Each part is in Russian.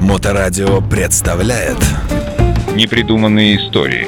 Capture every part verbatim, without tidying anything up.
Моторадио представляет Непридуманные истории.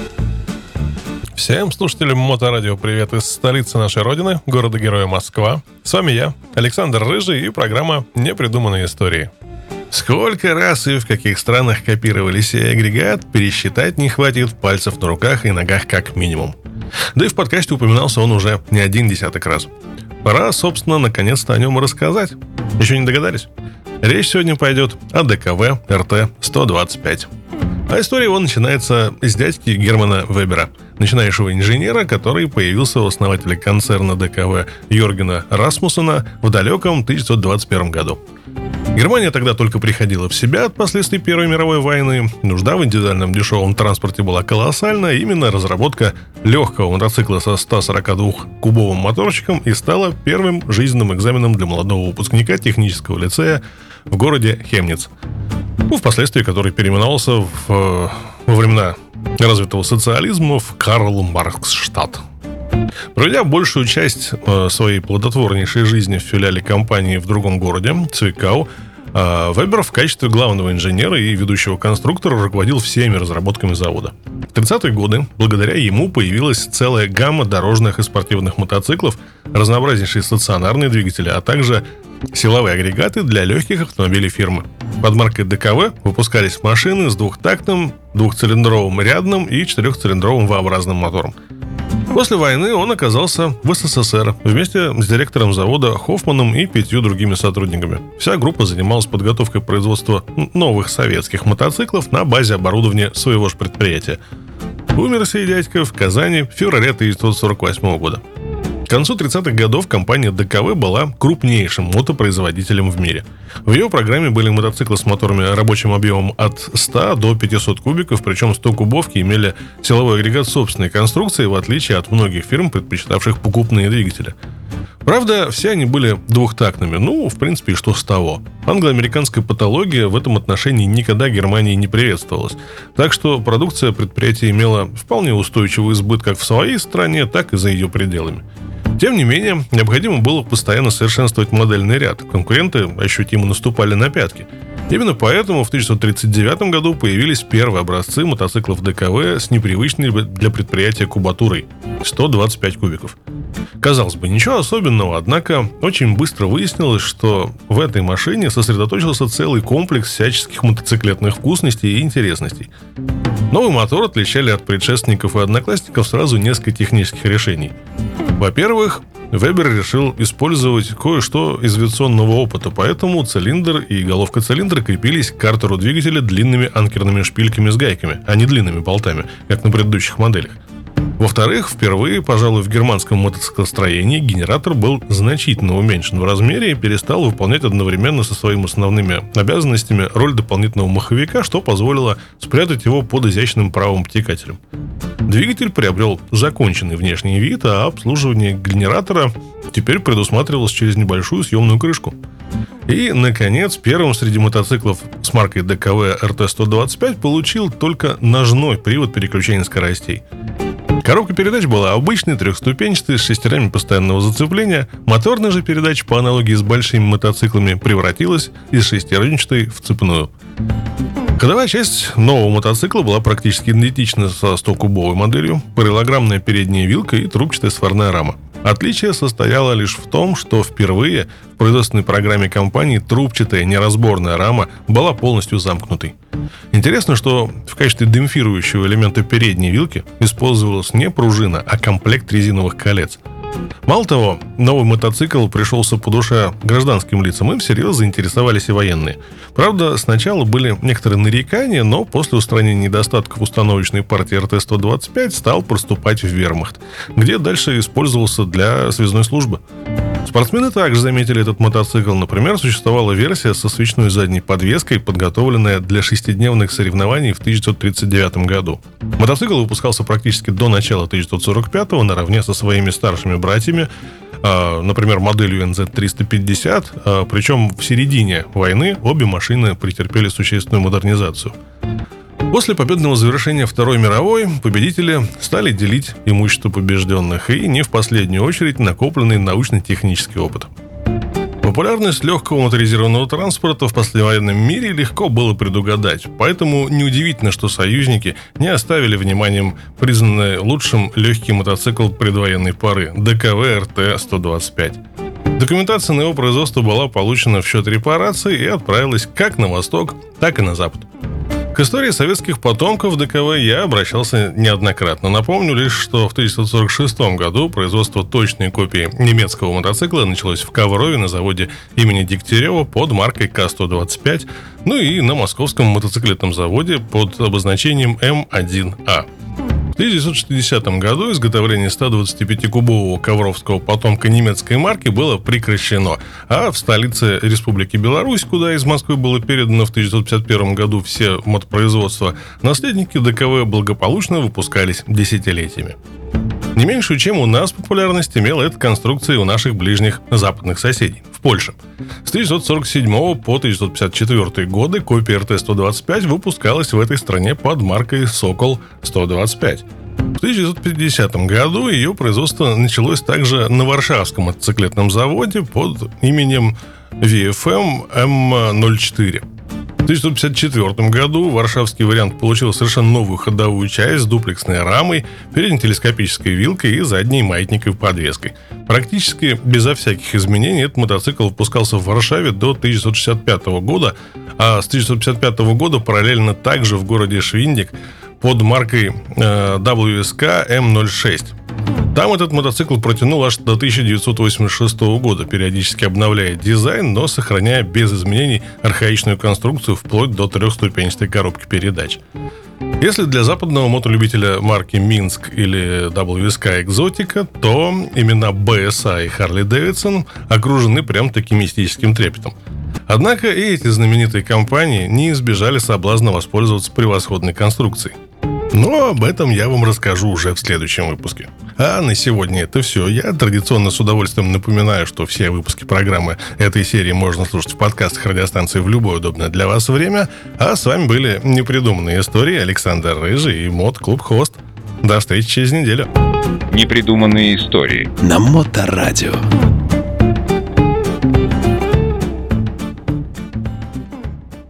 Всем слушателям Моторадио привет из столицы нашей родины, города-героя Москва. С вами я, Александр Рыжий, и программа «Непридуманные истории». Сколько раз и в каких странах копировали сей агрегат, пересчитать не хватит пальцев на руках и ногах как минимум. Да и в подкасте упоминался он уже не один десяток раз. Пора, собственно, наконец-то о нем и рассказать. Еще не догадались? Речь сегодня пойдет о ДКВ эр тэ сто двадцать пять. А история его начинается с дядьки Германа Вебера, начинающего инженера, который появился у основателя концерна ДКВ Йоргена Расмуссена в далеком тысяча девятьсот двадцать первом году. Германия тогда только приходила в себя от последствий Первой мировой войны. Нужда в индивидуальном дешевом транспорте была колоссальна. Именно разработка легкого мотоцикла со ста сорока двух кубовым моторчиком и стала первым жизненным экзаменом для молодого выпускника технического лицея в городе Хемниц. Ну, впоследствии который переименовался в, во времена развитого социализма в Карл-Маркс-штадт. Проведя большую часть э, своей плодотворнейшей жизни в филиале компании в другом городе, Цвикау, э, Вебер в качестве главного инженера и ведущего конструктора руководил всеми разработками завода. В тридцатые годы благодаря ему появилась целая гамма дорожных и спортивных мотоциклов, разнообразнейшие стационарные двигатели, а также силовые агрегаты для легких автомобилей фирмы. Под маркой ДКВ выпускались машины с двухтактным, двухцилиндровым рядным и четырехцилиндровым V-образным мотором. После войны он оказался в эс эс эс эр вместе с директором завода Хоффманом и пятью другими сотрудниками. Вся группа занималась подготовкой производства новых советских мотоциклов на базе оборудования своего же предприятия. Умер сей дядька в Казани в феврале тысяча девятьсот сорок восьмого года. К концу тридцатых годов компания ДКВ была крупнейшим мотопроизводителем в мире. В ее программе были мотоциклы с моторами рабочим объемом от ста до пятисот кубиков, причем сто кубовки имели силовой агрегат собственной конструкции, в отличие от многих фирм, предпочитавших покупные двигатели. Правда, все они были двухтактными, ну, в принципе, и что с того. Англо-американская патология в этом отношении никогда Германии не приветствовалась. Так что продукция предприятия имела вполне устойчивый сбыт как в своей стране, так и за ее пределами. Тем не менее, необходимо было постоянно совершенствовать модельный ряд. Конкуренты ощутимо наступали на пятки. Именно поэтому в тысяча девятьсот тридцать девятом году появились первые образцы мотоциклов ДКВ с непривычной для предприятия кубатурой – сто двадцать пять кубиков. Казалось бы, ничего особенного, однако очень быстро выяснилось, что в этой машине сосредоточился целый комплекс всяческих мотоциклетных вкусностей и интересностей. Новый мотор отличали от предшественников и одноклассников сразу несколько технических решений. Во-первых, Вебер решил использовать кое-что из авиационного опыта, поэтому цилиндр и головка цилиндра крепились к картеру двигателя длинными анкерными шпильками с гайками, а не длинными болтами, как на предыдущих моделях. Во-вторых, впервые, пожалуй, в германском мотоциклостроении генератор был значительно уменьшен в размере и перестал выполнять одновременно со своими основными обязанностями роль дополнительного маховика, что позволило спрятать его под изящным правым обтекателем. Двигатель приобрел законченный внешний вид, а обслуживание генератора теперь предусматривалось через небольшую съемную крышку. И, наконец, первым среди мотоциклов с маркой ДКВ эр тэ сто двадцать пять получил только ножной привод переключения скоростей. Коробка передач была обычной, трехступенчатой, с шестернями постоянного зацепления. Моторная же передача, по аналогии с большими мотоциклами, превратилась из шестеренчатой в цепную. Ходовая часть нового мотоцикла была практически идентична со сто-кубовой моделью, параллелограммная передняя вилка и трубчатая сварная рама. Отличие состояло лишь в том, что впервые в производственной программе компании трубчатая неразборная рама была полностью замкнутой. Интересно, что в качестве демпфирующего элемента передней вилки использовалась не пружина, а комплект резиновых колец. Мало того, новый мотоцикл пришелся по душе гражданским лицам, им всерьез заинтересовались и военные. Правда, сначала были некоторые нарекания, но после устранения недостатков установочной партии эр тэ сто двадцать пять стал проступать в вермахт, где дальше использовался для связной службы. Спортсмены также заметили этот мотоцикл. Например, существовала версия со свечной задней подвеской, подготовленная для шестидневных соревнований в тысяча девятьсот тридцать девятом году. Мотоцикл выпускался практически до начала тысяча девятьсот сорок пятого наравне со своими старшими братьями, например, моделью эн зет триста пятьдесят, причем в середине войны обе машины претерпели существенную модернизацию. После победного завершения Второй мировой победители стали делить имущество побежденных и не в последнюю очередь накопленный научно-технический опыт. Популярность легкого моторизированного транспорта в послевоенном мире легко было предугадать, поэтому неудивительно, что союзники не оставили вниманием признанный лучшим легкий мотоцикл предвоенной поры – дэ ка вэ эр тэ сто двадцать пять. Документация на его производство была получена в счет репараций и отправилась как на восток, так и на запад. К истории советских потомков дэ ка вэ я обращался неоднократно. Напомню лишь, что в тысяча девятьсот сорок шестом году производство точной копии немецкого мотоцикла началось в Коврове на заводе имени Дегтярева под маркой ка сто двадцать пять, ну и на московском мотоциклетном заводе под обозначением эм один а. В тысяча девятьсот шестидесятом году изготовление ста двадцатипятикубового ковровского потомка немецкой марки было прекращено, а в столице Республики Беларусь, куда из Москвы было передано в тысяча девятьсот пятьдесят первом году все мотопроизводства, наследники дэ ка вэ благополучно выпускались десятилетиями. Не меньшую, чем у нас, популярность имела эта конструкция у наших ближних западных соседей, в Польше. С тысяча девятьсот сорок седьмого по тысяча девятьсот пятьдесят четвёртый годы копия эр тэ сто двадцать пять выпускалась в этой стране под маркой «Сокол сто двадцать пять». В тысяча девятьсот пятидесятом году ее производство началось также на Варшавском мотоциклетном заводе под именем ви эф эм эм ноль четыре. В тысяча девятьсот пятьдесят четвёртом году варшавский вариант получил совершенно новую ходовую часть с дуплексной рамой, передней телескопической вилкой и задней маятниковой подвеской. Практически безо всяких изменений этот мотоцикл выпускался в Варшаве до тысяча девятьсот шестьдесят пятого года, а с тысяча девятьсот пятьдесят пятого года параллельно также в городе Швиндик под маркой э, дабл ю эс ка эм ноль шесть. Там этот мотоцикл протянул аж до тысяча девятьсот восемьдесят шестого года, периодически обновляя дизайн, но сохраняя без изменений архаичную конструкцию вплоть до трехступенчатой коробки передач. Если для западного мотолюбителя марки Минск или дабл ю эс ка Экзотика, то имена бэ эс а и Harley Davidson окружены прям таким мистическим трепетом. Однако и эти знаменитые компании не избежали соблазна воспользоваться превосходной конструкцией. Но об этом я вам расскажу уже в следующем выпуске. А на сегодня это все. Я традиционно с удовольствием напоминаю, что все выпуски программы этой серии можно слушать в подкастах радиостанции в любое удобное для вас время. А с вами были непридуманные истории Александр Рыжий и Мотоклуб Хост. До встречи через неделю. Непридуманные истории На Моторадио.